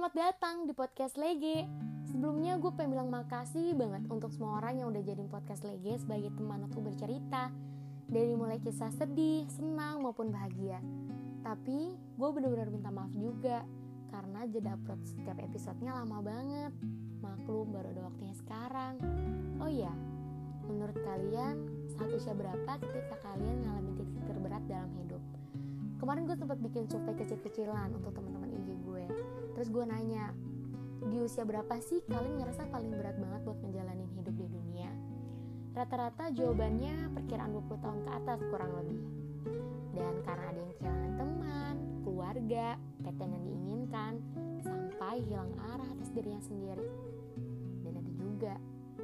Selamat datang di podcast Lege. Sebelumnya gue pengen bilang makasih banget untuk semua orang yang udah jadiin podcast Lege sebagai teman aku bercerita. Dari mulai kisah sedih, senang maupun bahagia. Tapi gue benar-benar minta maaf juga karena jeda upload setiap episodenya lama banget. Maklum baru ada waktunya sekarang. Oh iya, menurut kalian saat usia berapa ketika kalian ngalamin titik terberat dalam hidup? Kemarin gue sempat bikin survei kecil-kecilan untuk teman-teman IG gue. Terus gue nanya, di usia berapa sih kalian ngerasa paling berat banget buat ngejalanin hidup di dunia? Rata-rata jawabannya perkiraan 20 tahun ke atas kurang lebih. Dan karena ada yang kehilangan teman, keluarga, peten yang diinginkan, sampai hilang arah atas dirinya sendiri. Dan ada juga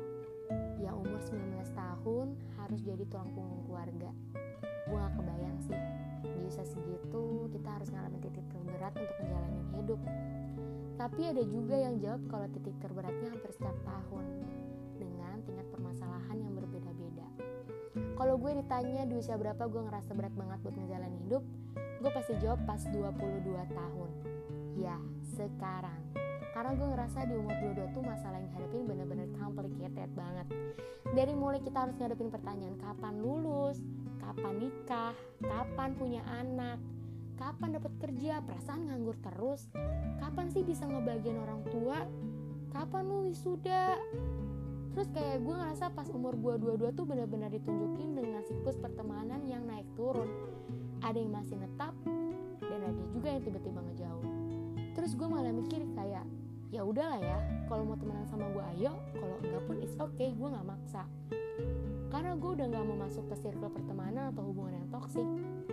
yang umur 19 tahun harus jadi tulang punggung keluarga. Gue gak kebayang sih, di usia segitu kita harus ngalamin titik terberat untuk ngejalanin hidup. Tapi ada juga yang jawab kalau titik terberatnya hampir setiap tahun dengan tingkat permasalahan yang berbeda-beda. Kalau gue ditanya di usia berapa gue ngerasa berat banget buat ngejalanin hidup, gue pasti jawab pas 22 tahun. Ya, sekarang. Karena gue ngerasa di umur 22 tuh masalah yang dihadapin bener-bener complicated banget. Dari mulai kita harus ngadepin pertanyaan kapan lulus, kapan nikah, kapan punya anak, kapan dapat kerja, perasaan nganggur terus, kapan sih bisa ngebahagiain orang tua, kapan lu wisuda. Terus kayak gue ngerasa pas umur gue 22 tuh benar-benar ditunjukin dengan siklus pertemanan yang naik turun. Ada yang masih netap dan ada juga yang tiba-tiba ngejauh. Terus gue malah mikir kayak, ya udahlah ya, kalau mau temenan sama gue ayo, kalau enggak pun it's okay, gue nggak maksa. Karena gue udah gak mau masuk ke circle pertemanan atau hubungan yang toksik.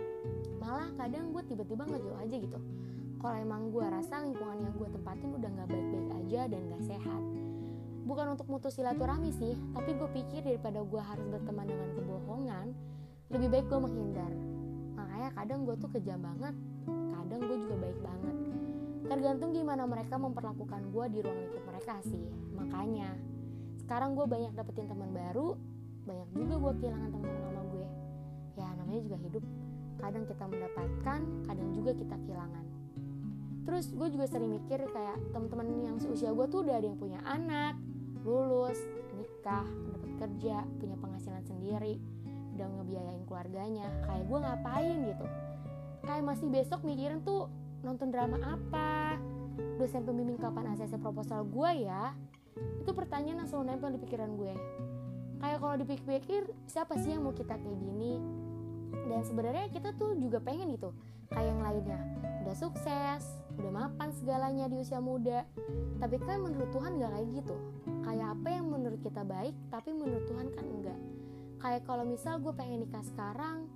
Malah kadang gue tiba-tiba ngejauh aja gitu. Kalau emang gue rasa lingkungan yang gue tempatin udah gak baik-baik aja dan gak sehat. Bukan untuk mutus silaturahmi sih, tapi gue pikir daripada gue harus berteman dengan kebohongan, lebih baik gue menghindar. Makanya kadang gue tuh kejam banget, kadang gue juga baik banget. Tergantung gimana mereka memperlakukan gue di ruang lingkup mereka sih. Makanya sekarang gue banyak dapetin teman baru, banyak juga gue kehilangan teman-teman lama gue. Ya namanya juga hidup, kadang kita mendapatkan, kadang juga kita kehilangan. Terus gue juga sering mikir kayak teman-teman yang seusia gue tuh udah ada yang punya anak, lulus, nikah, dapat kerja, punya penghasilan sendiri, udah ngebiayain keluarganya. Kayak gue ngapain gitu? Kayak masih besok mikirin tuh nonton drama apa, dosen pembimbing kapan ACC proposal gue ya. Itu pertanyaan yang selalu nempel di pikiran gue. Kayak kalau dipikir-pikir, siapa sih yang mau kita kayak gini? Dan sebenarnya kita tuh juga pengen gitu, kayak yang lainnya, udah sukses, udah mapan segalanya di usia muda. Tapi kan menurut Tuhan gak kayak gitu. Kayak apa yang menurut kita baik, tapi menurut Tuhan kan enggak. Kayak kalau misal gue pengen nikah sekarang,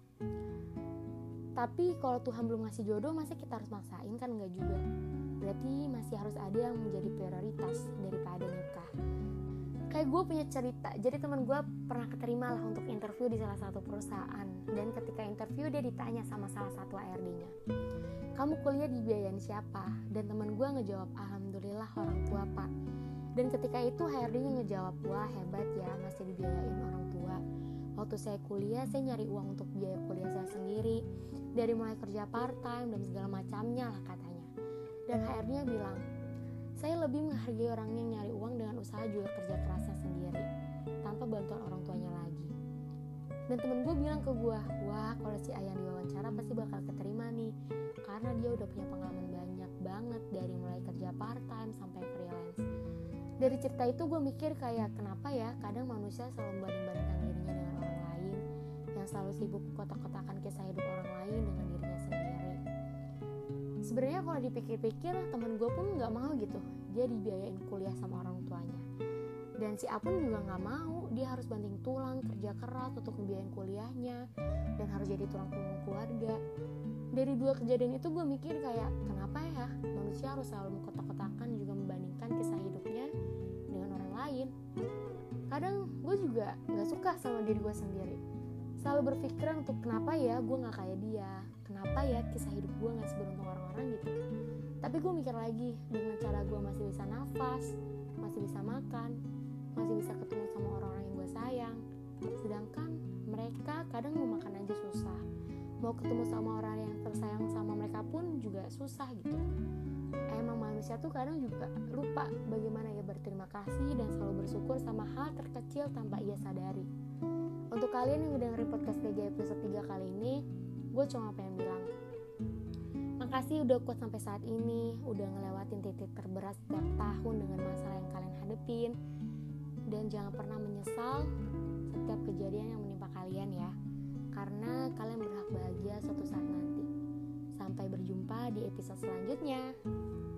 tapi kalau Tuhan belum ngasih jodoh, masa kita harus maksain? Kan enggak juga. Berarti masih harus ada yang menjadi prioritas daripada nikah. Kayak gue punya cerita, jadi teman gue pernah keterima lah untuk interview di salah satu perusahaan. Dan ketika interview dia ditanya sama salah satu HRD-nya, kamu kuliah dibiayain siapa? Dan teman gue ngejawab, alhamdulillah orang tua pak. Dan ketika itu HRD-nya ngejawab, wah hebat ya masih dibiayain orang tua. Waktu saya kuliah, saya nyari uang untuk biaya kuliah saya sendiri, dari mulai kerja part time dan segala macamnya lah katanya. Dan HRD-nya bilang, saya lebih menghargai orang yang nyari uang dengan usaha juga kerja kerasnya sendiri, tanpa bantuan orang tuanya lagi. Dan temen gue bilang ke gue, wah kalau si Ayang diwawancara pasti bakal keterima nih, karena dia udah punya pengalaman banyak banget dari mulai kerja part time sampai freelance. Dari cerita itu gue mikir kayak kenapa ya kadang manusia selalu membanding-bandingkan dirinya dengan orang lain, yang selalu sibuk kotak-kotakan kisah hidup orang lain dengan dirinya sendiri. Sebenarnya kalau dipikir-pikir teman gue pun nggak mau gitu dia dibiayain kuliah sama orang tuanya, dan si Apun juga nggak mau dia harus banting tulang kerja keras untuk ngebiayain kuliahnya dan harus jadi tulang punggung keluarga. Dari dua kejadian itu gue mikir kayak kenapa ya manusia harus selalu mengkotak-kotakan juga membandingkan kisah hidupnya dengan orang lain. Kadang gue juga nggak suka sama diri gue sendiri, selalu berpikiran untuk kenapa ya gue nggak kayak dia, kenapa ya kisah hidup gue nggak seberuntung orang-orang gitu. Tapi gue mikir lagi, dengan cara gue masih bisa nafas, masih bisa makan, masih bisa ketemu sama orang-orang yang gue sayang, sedangkan mereka kadang mau makan aja susah, mau ketemu sama orang yang tersayang sama mereka pun juga susah gitu. Emang manusia manusia tuh kadang juga lupa bagaimana ya berterima kasih dan selalu bersyukur sama hal terkecil tanpa ia sadari. Untuk kalian yang udah dengerin podcast TG episode 3 kali ini, gue cuma pengen bilang makasih udah kuat sampai saat ini, udah ngelewatin titik terberat setiap tahun dengan masalah yang kalian hadepin. Dan jangan pernah menyesal setiap kejadian yang menimpa kalian ya, karena kalian berhak bahagia suatu saat nanti. Sampai berjumpa di episode selanjutnya.